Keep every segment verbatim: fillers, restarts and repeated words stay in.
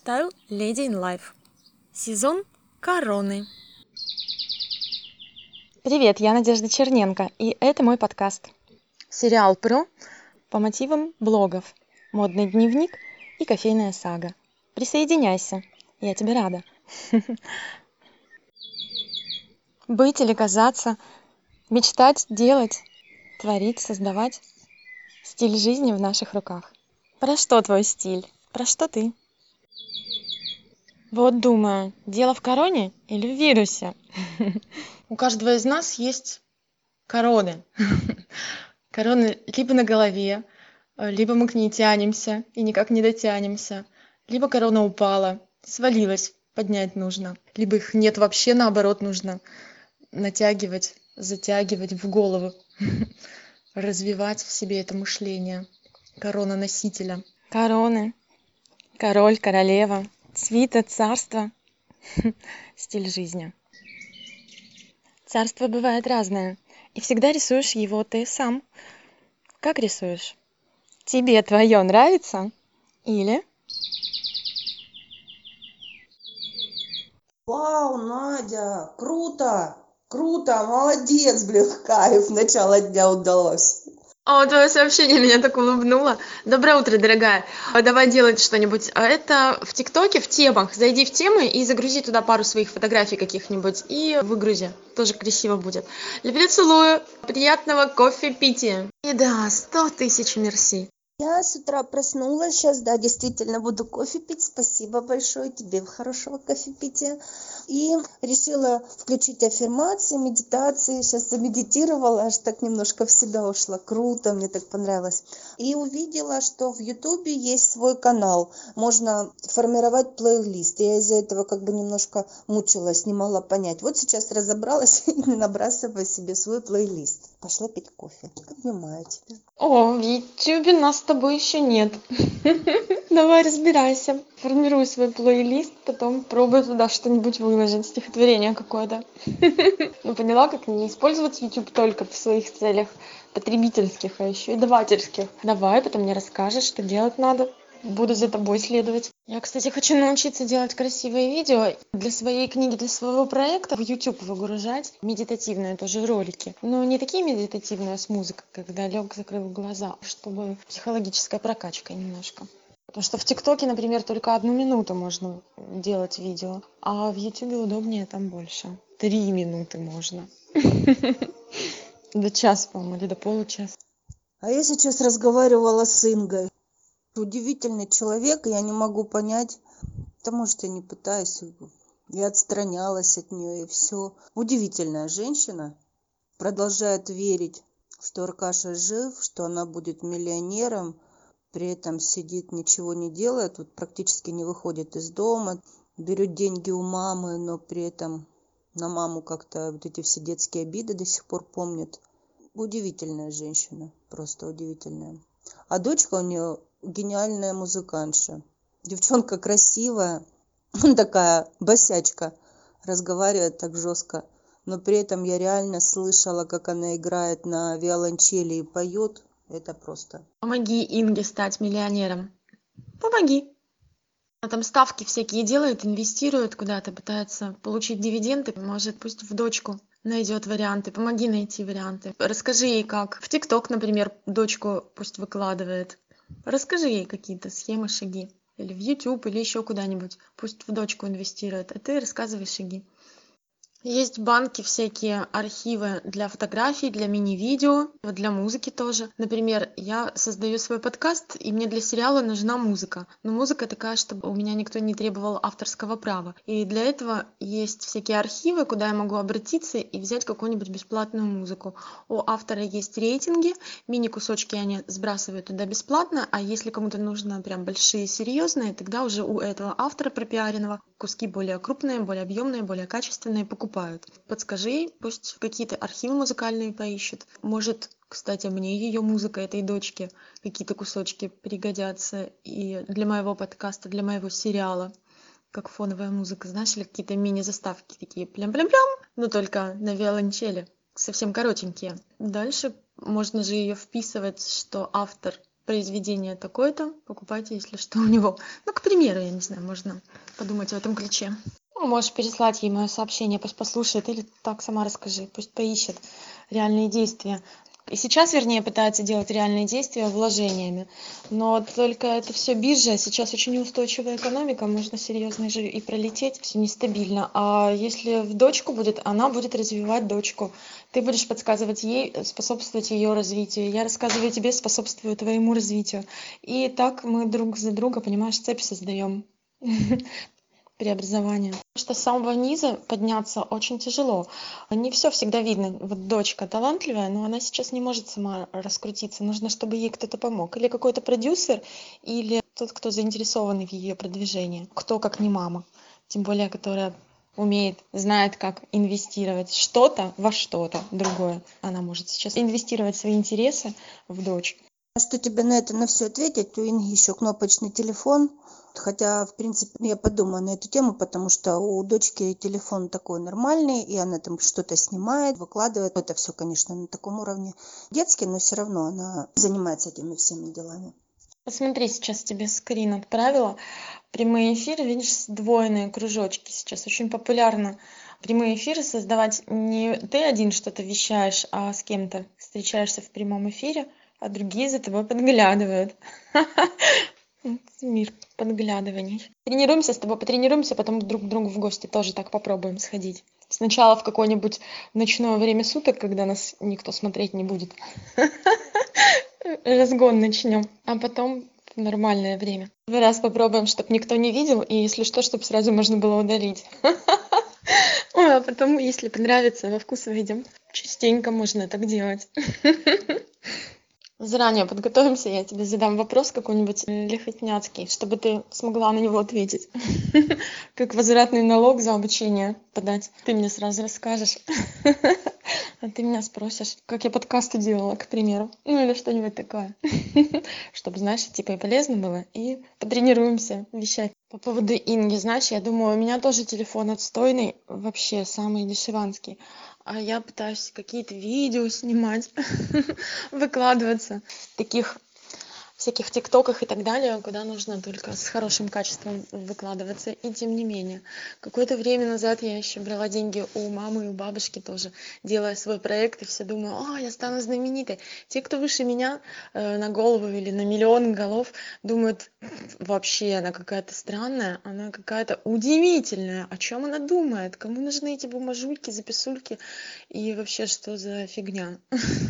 Lifestyle Lady in Life. Сезон короны. Привет, я Надежда Черненко, и это мой подкаст. Сериал про по мотивам блогов, модный дневник и кофейная сага. Присоединяйся, я тебе рада. Быть или казаться, мечтать, делать, творить, создавать. Стиль жизни в наших руках. Про что твой стиль? Про что ты? Вот думаю, дело в короне или в вирусе? У каждого из нас есть короны. Короны либо на голове, либо мы к ней тянемся и никак не дотянемся, либо корона упала, свалилась, поднять нужно, либо их нет вообще, наоборот, нужно натягивать, затягивать в голову, развивать в себе это мышление корона носителя. Короны, король, королева, свита, царство, стиль жизни. Царство бывает разное, и всегда рисуешь его ты сам. Как рисуешь? Тебе твое нравится? Или? Вау, Надя, круто, круто, молодец, блин, кайф, начало дня удалось. О, твое сообщение меня так улыбнуло. Доброе утро, дорогая. Давай делать что-нибудь. Это в ТикТоке, в темах. Зайди в темы и загрузи туда пару своих фотографий каких-нибудь и выгрузи. Тоже красиво будет. Люблю, целую. Приятного кофе-пития. И да, сто тысяч мерси. Я с утра проснулась, сейчас, да, действительно буду кофе пить, спасибо большое тебе, хорошего кофепития. И решила включить аффирмации, медитации, сейчас замедитировала, аж так немножко в себя ушла, круто, мне так понравилось. И увидела, что в Ютубе есть свой канал, можно формировать плейлист. Я из-за этого как бы немножко мучилась, не могла понять. Вот сейчас разобралась и набрасываю себе свой плейлист. Пошла пить кофе. Обнимаю тебя. О, в Ютубе нас с тобой еще нет. Давай разбирайся. Формируй свой плейлист, потом пробуй туда что-нибудь выложить, стихотворение какое-то. Ну, поняла, как не использовать YouTube только в своих целях потребительских, а еще и давательских. Давай, потом мне расскажешь, что делать надо. Буду за тобой следовать. Я, кстати, хочу научиться делать красивые видео для своей книги, для своего проекта в YouTube выгружать медитативные тоже ролики. Но не такие медитативные, а с музыкой, когда лег, закрыл глаза, чтобы психологическая прокачка немножко. Потому что в ТикТоке, например, только одну минуту можно делать видео, а в Ютубе удобнее, там больше. Три минуты можно. До часа, по-моему, или до получаса. А я сейчас разговаривала с Ингой. Удивительный человек, я не могу понять, потому что я не пытаюсь, я отстранялась от нее и все. Удивительная женщина, продолжает верить, что Аркаша жив, что она будет миллионером, при этом сидит, ничего не делает, вот практически не выходит из дома, берет деньги у мамы, но при этом на маму как-то вот эти все детские обиды до сих пор помнит. Удивительная женщина, просто удивительная. А дочка у нее гениальная музыкантша. Девчонка красивая, такая босячка, разговаривает так жестко. Но при этом я реально слышала, как она играет на виолончели и поет. Это просто. Помоги Инге стать миллионером. Помоги. Она там ставки всякие делает, инвестирует куда-то, пытается получить дивиденды. Может, пусть в дочку найдет варианты. Помоги найти варианты. Расскажи ей, как. В ТикТок, например, дочку пусть выкладывает. Расскажи ей какие-то схемы, шаги. Или в YouTube, или еще куда-нибудь. Пусть в дочку инвестирует, а ты рассказывай шаги. Есть банки всякие, архивы для фотографий, для мини-видео, для музыки тоже. Например, я создаю свой подкаст, и мне для сериала нужна музыка. Но музыка такая, чтобы у меня никто не требовал авторского права. И для этого есть всякие архивы, куда я могу обратиться и взять какую-нибудь бесплатную музыку. У автора есть рейтинги, мини-кусочки они сбрасывают туда бесплатно, а если кому-то нужно прям большие, серьезные, тогда уже у этого автора пропиаренного куски более крупные, более объемные, более качественные покупают. Подскажи ей, пусть какие-то архивы музыкальные поищет. Может, кстати, мне ее музыка, этой дочке, какие-то кусочки пригодятся и для моего подкаста, для моего сериала, как фоновая музыка, знаешь, или какие-то мини-заставки такие плям-плям-плям, но только на виолончели, совсем коротенькие. Дальше можно же ее вписывать, что автор произведение такое-то, покупайте, если что, у него. Ну, к примеру, я не знаю, можно подумать в этом ключе. Ну, можешь переслать ей мое сообщение, пусть послушает, или так сама расскажи, пусть поищет реальные действия. И сейчас, вернее, пытается делать реальные действия вложениями. Но только это все биржа. Сейчас очень неустойчивая экономика, можно серьезно же и пролететь, все нестабильно. А если в дочку будет, она будет развивать дочку. Ты будешь подсказывать ей, способствовать ее развитию. Я рассказываю тебе, способствую твоему развитию. И так мы друг за друга, понимаешь, цепь создаем. Преобразование. Потому что с самого низа подняться очень тяжело. Не все всегда видно. Вот дочка талантливая, но она сейчас не может сама раскрутиться. Нужно, чтобы ей кто-то помог. Или какой-то продюсер, или тот, кто заинтересован в ее продвижении. Кто, как не мама. Тем более, которая умеет, знает, как инвестировать что-то во что-то другое. Она может сейчас инвестировать свои интересы в дочь. Что тебе на это на все ответить? У Инги еще кнопочный телефон. Хотя, в принципе, я подумаю на эту тему, потому что у дочки телефон такой нормальный, и она там что-то снимает, выкладывает. Это все, конечно, на таком уровне детский, но все равно она занимается этими всеми делами. Посмотри, сейчас тебе скрин отправила. Прямые эфиры, видишь, сдвоенные кружочки сейчас. Очень популярно прямые эфиры создавать. Не ты один что-то вещаешь, а с кем-то встречаешься в прямом эфире, а другие за тобой подглядывают. Мир подглядываний. Тренируемся с тобой, потренируемся, потом друг к другу в гости тоже так попробуем сходить. Сначала в какое-нибудь ночное время суток, когда нас никто смотреть не будет. Разгон начнем, а потом в нормальное время. Первый раз попробуем, чтобы никто не видел, и если что, чтобы сразу можно было удалить. Ой, а потом, если понравится, во вкус войдем. Частенько можно так делать. Заранее подготовимся, я тебе задам вопрос какой-нибудь лихотняцкий, чтобы ты смогла на него ответить. Как возвратный налог за обучение подать. Ты мне сразу расскажешь. А ты меня спросишь, как я подкасты делала, к примеру. Ну или что-нибудь такое. Чтобы, знаешь, типа и полезно было. И потренируемся вещать. По поводу Инги, знаешь, я думаю, у меня тоже телефон отстойный, вообще самый дешеванский. А я пытаюсь какие-то видео снимать, выкладываться в таких всяких тиктоках и так далее, куда нужно только с хорошим качеством выкладываться. И тем не менее, какое-то время назад я еще брала деньги у мамы и у бабушки тоже, делая свой проект, и все думаю, а, я стану знаменитой. Те, кто выше меня э, на голову или на миллион голов, думают, вообще она какая-то странная, она какая-то удивительная. О чем она думает? Кому нужны эти бумажульки, записульки? И вообще, что за фигня?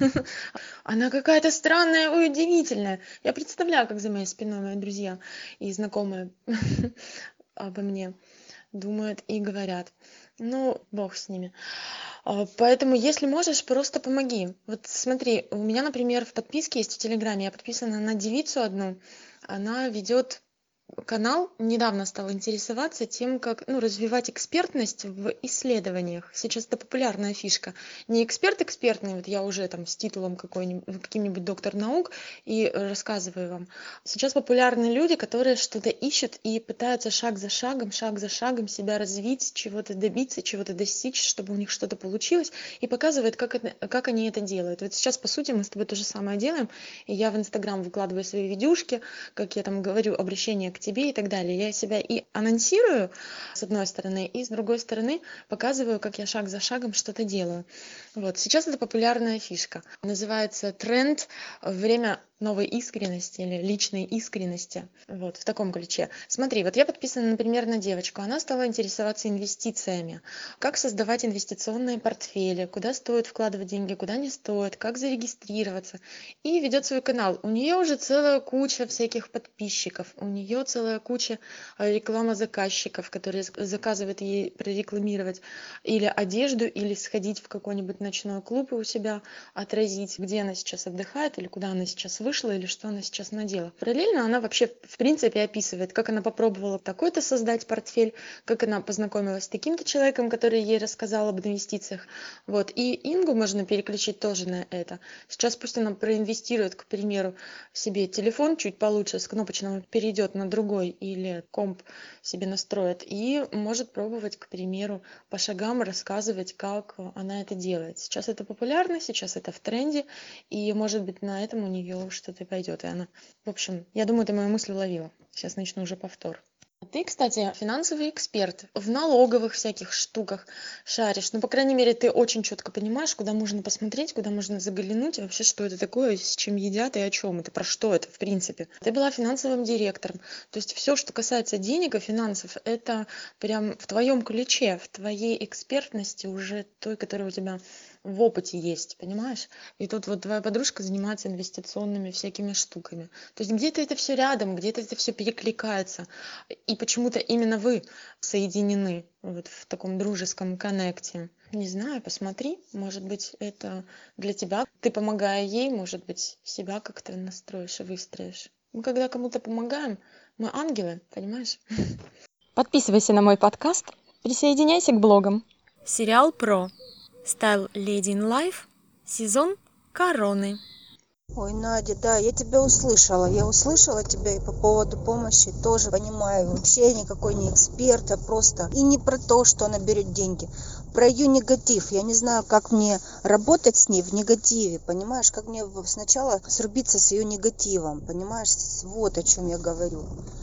Она какая-то странная и удивительная. Я представляю, как за моей спиной мои друзья и знакомые обо мне думают и говорят. Ну, бог с ними. Поэтому, если можешь, просто помоги. Вот смотри, у меня, например, в подписке есть в Телеграме, я подписана на девицу одну, она ведет канал, недавно стала интересоваться тем, как ну, развивать экспертность в исследованиях. Сейчас это популярная фишка. Не эксперт экспертный, вот я уже там с титулом какой-нибудь, каким-нибудь доктор наук и рассказываю вам. Сейчас популярны люди, которые что-то ищут и пытаются шаг за шагом, шаг за шагом себя развить, чего-то добиться, чего-то достичь, чтобы у них что-то получилось, и показывают, как, это, как они это делают. Вот сейчас, по сути, мы с тобой то же самое делаем, и я в Инстаграм выкладываю свои видюшки, как я там говорю, обращение к тебе и так далее. Я себя и анонсирую, с одной стороны, и с другой стороны показываю, как я шаг за шагом что-то делаю. Вот. Сейчас это популярная фишка. Называется тренд «Время новой искренности» или личной искренности. Вот, в таком ключе. Смотри, вот я подписана, например, на девочку. Она стала интересоваться инвестициями. Как создавать инвестиционные портфели, куда стоит вкладывать деньги, куда не стоит, как зарегистрироваться. И ведет свой канал. У нее уже целая куча всяких подписчиков. У нее целая куча рекламозаказчиков, которые заказывают ей прорекламировать или одежду, или сходить в какой-нибудь ночной клуб и у себя отразить, где она сейчас отдыхает, или куда она сейчас вышла, или что она сейчас надела. Параллельно она вообще, в принципе, описывает, как она попробовала такой-то создать портфель, как она познакомилась с таким-то человеком, который ей рассказал об инвестициях. Вот. И Ингу можно переключить тоже на это. Сейчас пусть она проинвестирует, к примеру, себе телефон чуть получше, с кнопочного перейдет на другой другой или комп себе настроит и может пробовать, к примеру, по шагам рассказывать, как она это делает. Сейчас это популярно, сейчас это в тренде, и, может быть, на этом у нее что-то пойдет. И она, в общем, я думаю, ты мою мысль уловила. Сейчас начну уже повтор. А ты, кстати, финансовый эксперт, в налоговых всяких штуках шаришь. Ну, по крайней мере, ты очень четко понимаешь, куда можно посмотреть, куда можно заглянуть, и вообще, что это такое, с чем едят и о чем это, про что это, в принципе. Ты была финансовым директором. То есть все, что касается денег и финансов, это прям в твоем ключе, в твоей экспертности уже той, которая у тебя в опыте есть, понимаешь? И тут вот твоя подружка занимается инвестиционными всякими штуками. То есть где-то это все рядом, где-то это все перекликается. И почему-то именно вы соединены вот в таком дружеском коннекте. Не знаю, посмотри, может быть, это для тебя. Ты, помогая ей, может быть, себя как-то настроишь и выстроишь. Мы когда кому-то помогаем, мы ангелы, понимаешь? Подписывайся на мой подкаст, присоединяйся к блогам. Сериал про Style Lady in Life, сезон Короны. Ой, Надя, да, я тебя услышала. Я услышала тебя и по поводу помощи тоже понимаю. Вообще я никакой не эксперт, а просто... И не про то, что она берет деньги. Про ее негатив. Я не знаю, как мне работать с ней в негативе, понимаешь? Как мне сначала срубиться с ее негативом, понимаешь? Вот о чем я говорю.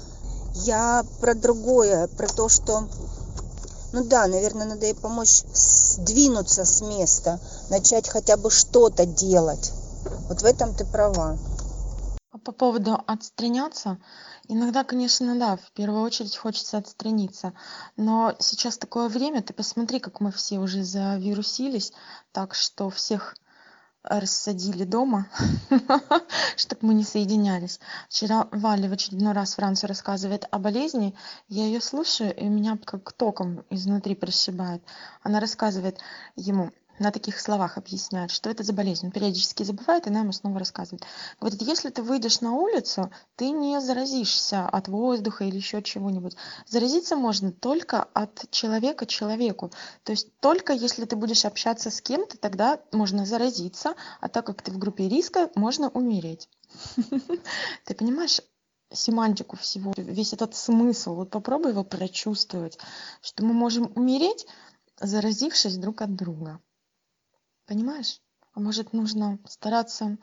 Я про другое, про то, что... Ну да, наверное, надо ей помочь сдвинуться с места, начать хотя бы что-то делать. Вот в этом ты права. А по поводу отстраняться, иногда, конечно, да, в первую очередь хочется отстраниться. Но сейчас такое время, ты посмотри, как мы все уже завирусились, так что всех рассадили дома, чтобы мы не соединялись. Вчера Валя в очередной раз Францу рассказывает о болезни. Я ее слушаю, и меня как током изнутри прошибает. Она рассказывает ему, на таких словах объясняет, что это за болезнь. Он периодически забывает, и она ему снова рассказывает. Говорит, если ты выйдешь на улицу, ты не заразишься от воздуха или еще чего-нибудь. Заразиться можно только от человека человеку. То есть только если ты будешь общаться с кем-то, тогда можно заразиться, а так как ты в группе риска, можно умереть. Ты понимаешь семантику всего, весь этот смысл? Вот попробуй его прочувствовать, что мы можем умереть, заразившись друг от друга. Понимаешь? А может, нужно стараться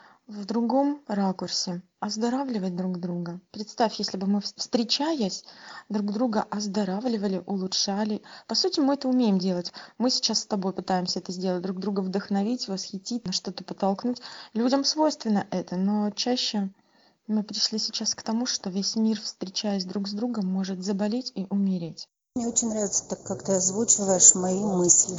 в другом ракурсе, оздоравливать друг друга. Представь, если бы мы, встречаясь, друг друга оздоравливали, улучшали. По сути, мы это умеем делать. Мы сейчас с тобой пытаемся это сделать, друг друга вдохновить, восхитить, на что-то подтолкнуть. Людям свойственно это, но чаще мы пришли сейчас к тому, что весь мир, встречаясь друг с другом, может заболеть и умереть. Мне очень нравится так, как ты озвучиваешь мои мысли.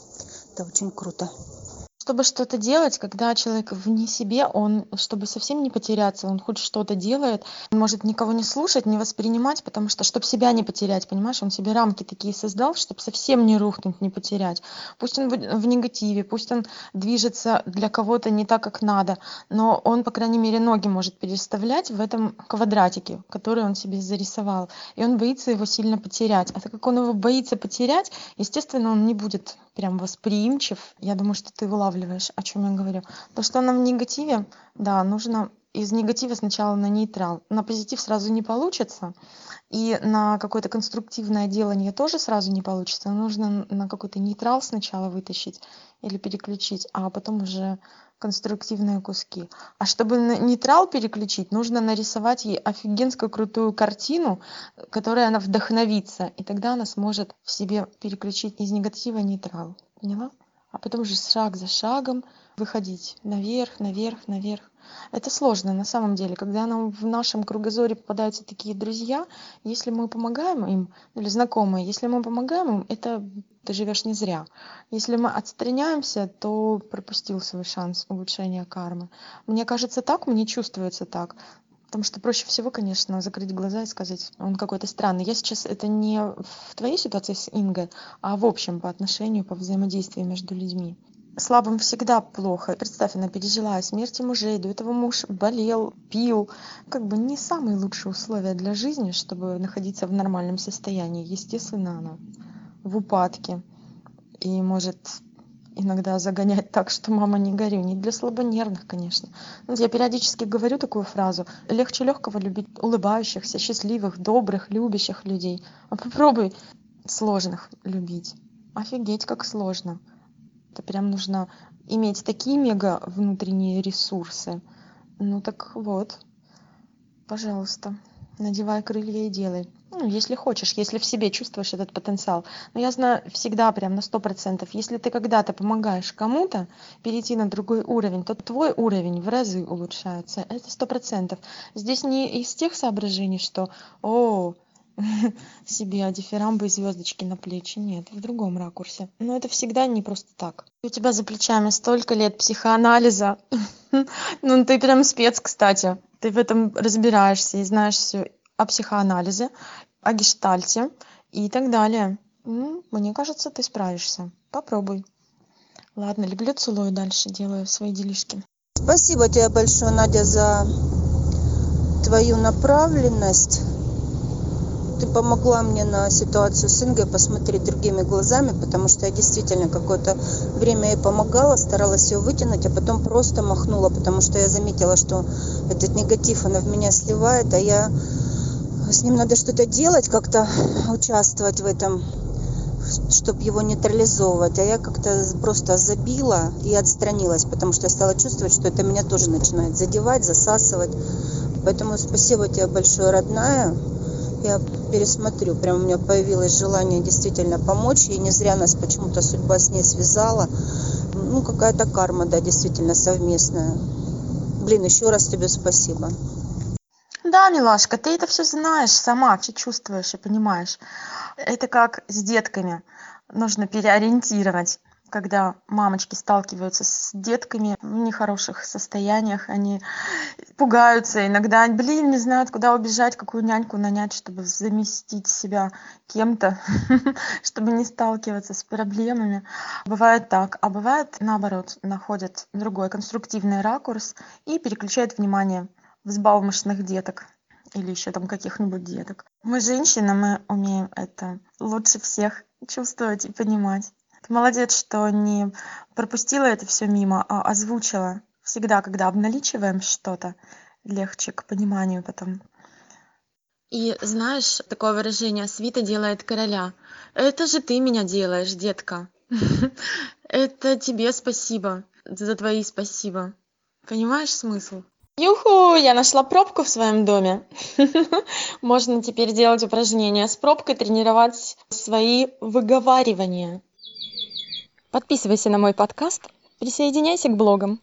Это очень круто. Чтобы что-то делать, когда человек вне себе, он, чтобы совсем не потеряться, он хоть что-то делает, он может никого не слушать, не воспринимать, потому что, чтобы себя не потерять, понимаешь, он себе рамки такие создал, чтобы совсем не рухнуть, не потерять. Пусть он в негативе, пусть он движется для кого-то не так, как надо, но он, по крайней мере, ноги может переставлять в этом квадратике, который он себе зарисовал, и он боится его сильно потерять. А так как он его боится потерять, естественно, он не будет прям восприимчив. Я думаю, что ты вылавливаешь, о чем я говорю. То, что она в негативе, да, нужно из негатива сначала на нейтрал. На позитив сразу не получится, и на какое-то конструктивное делание тоже сразу не получится. Нужно на какой-то нейтрал сначала вытащить или переключить, а потом уже конструктивные куски. А чтобы на нейтрал переключить, нужно нарисовать ей офигенскую крутую картину, которой она вдохновится, и тогда она сможет в себе переключить из негатива в нейтрал. Поняла? А потом уже шаг за шагом выходить наверх, наверх, наверх. Это сложно на самом деле. Когда нам в нашем кругозоре попадаются такие друзья, если мы помогаем им, или знакомые, если мы помогаем им, это ты живешь не зря. Если мы отстраняемся, то пропустил свой шанс улучшения кармы. Мне кажется так, мне чувствуется так. Потому что проще всего, конечно, закрыть глаза и сказать, он какой-то странный. Я сейчас, это не в твоей ситуации с Ингой, а в общем по отношению, по взаимодействию между людьми. Слабым всегда плохо. Представь, она пережила смерть мужей, до этого муж болел, пил. Как бы не самые лучшие условия для жизни, чтобы находиться в нормальном состоянии. Естественно, она в упадке и может иногда загонять так, что мама не горюй. Не для слабонервных, конечно. Ну, я периодически говорю такую фразу. Легче легкого любить улыбающихся, счастливых, добрых, любящих людей. А попробуй сложных любить. Офигеть, как сложно. Это прям нужно иметь такие мега внутренние ресурсы. Ну так вот, пожалуйста, надевай крылья и делай. Ну, если хочешь, если в себе чувствуешь этот потенциал. Но я знаю всегда прям на сто процентов, если ты когда-то помогаешь кому-то перейти на другой уровень, то твой уровень в разы улучшается. Это сто процентов. Здесь не из тех соображений, что «О, себе дифирамбы и звездочки на плечи». Нет, в другом ракурсе. Но это всегда не просто так. У тебя за плечами столько лет психоанализа. Ну, ты прям спец, кстати. Ты в этом разбираешься и знаешь все о психоанализе, о гештальте и так далее. Ну, мне кажется, ты справишься. Попробуй. Ладно, люблю, целую, дальше делаю свои делишки. Спасибо тебе большое, Надя, за твою направленность. Ты помогла мне на ситуацию с Ингой посмотреть другими глазами, потому что я действительно какое-то время ей помогала, старалась ее вытянуть, а потом просто махнула, потому что я заметила, что этот негатив, она в меня сливает, а я с ним надо что-то делать, как-то участвовать в этом, чтобы его нейтрализовывать. А я как-то просто забила и отстранилась, потому что я стала чувствовать, что это меня тоже начинает задевать, засасывать. Поэтому спасибо тебе большое, родная. Я пересмотрю, прям у меня появилось желание действительно помочь. И не зря нас почему-то судьба с ней связала. Ну, какая-то карма, да, действительно совместная. Блин, еще раз тебе спасибо. Да, милашка, ты это все знаешь сама, все чувствуешь и понимаешь. Это как с детками. Нужно переориентировать. Когда мамочки сталкиваются с детками в нехороших состояниях, они пугаются иногда, блин, не знают, куда убежать, какую няньку нанять, чтобы заместить себя кем-то, чтобы не сталкиваться с проблемами. Бывает так, а бывает наоборот, находят другой конструктивный ракурс и переключают внимание взбалмошных деток или еще там каких-нибудь деток. Мы, женщины, мы умеем это лучше всех чувствовать и понимать. Ты молодец, что не пропустила это все мимо, а озвучила. Всегда, когда обналичиваем что-то, легче к пониманию потом. И знаешь, такое выражение «свита делает короля». Это же ты меня делаешь, детка. Это тебе спасибо за твои спасибо. Понимаешь смысл? Юху, я нашла пробку в своем доме. Можно теперь делать упражнения с пробкой, тренировать свои выговаривания. Подписывайся на мой подкаст, присоединяйся к блогам.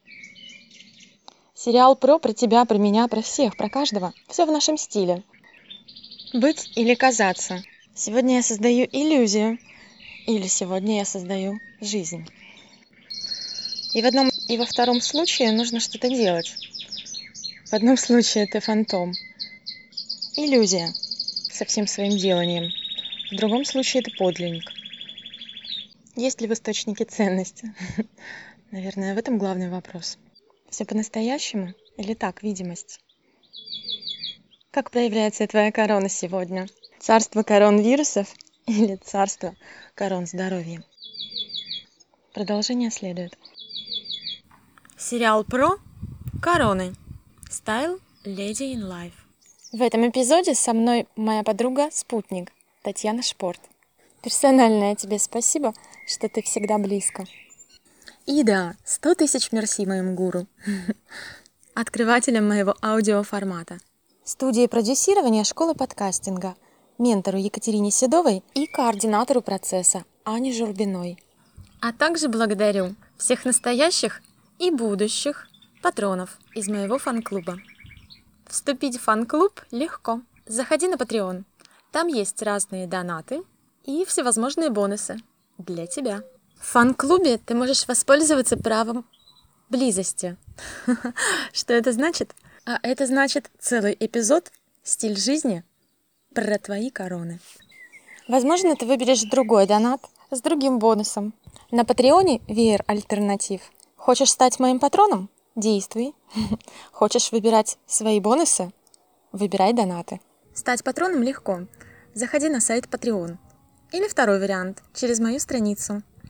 Сериал про, про тебя, про меня, про всех, про каждого. Все в нашем стиле. Быть или казаться. Сегодня я создаю иллюзию. Или сегодня я создаю жизнь. И в одном, и во втором случае нужно что-то делать. В одном случае ты фантом. Иллюзия. Со всем своим деланием. В другом случае это подлинник. Есть ли в источнике ценности? Наверное, в этом главный вопрос. Все по-настоящему или так, видимость? Как проявляется твоя корона сегодня? Царство корон вирусов или царство корон здоровья? Продолжение следует. Сериал про короны. Style Lady in Life. В этом эпизоде со мной моя подруга-спутник Татьяна Шпорт. Персональное тебе спасибо, что ты всегда близко. И да, сто тысяч мерси моему гуру, открывателям моего аудиоформата. Студии продюсирования школы подкастинга, ментору Екатерине Седовой и координатору процесса Ане Журбиной. А также благодарю всех настоящих и будущих патронов из моего фан-клуба. Вступить в фан-клуб легко. Заходи на Patreon. Там есть разные донаты и всевозможные бонусы для тебя. В фан-клубе ты можешь воспользоваться правом близости. Что это значит? А это значит целый эпизод «Стиль жизни» про твои короны. Возможно, ты выберешь другой донат с другим бонусом. На Патреоне веер альтернатив. Хочешь стать моим патроном? Действуй. Хочешь выбирать свои бонусы? Выбирай донаты. Стать патроном легко. Заходи на сайт Patreon. Или второй вариант, через мою страницу.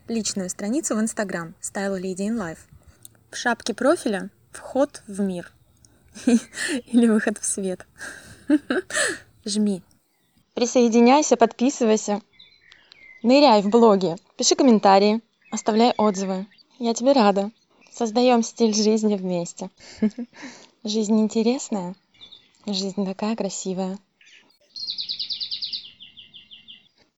личную страницу в Instagram Style Lady in Life. В шапке профиля «Вход в мир» или «Выход в свет». Жми. Присоединяйся, подписывайся. Ныряй в блоге, пиши комментарии, оставляй отзывы. Я тебе рада. Создаем стиль жизни вместе. Жизнь интересная, жизнь такая красивая.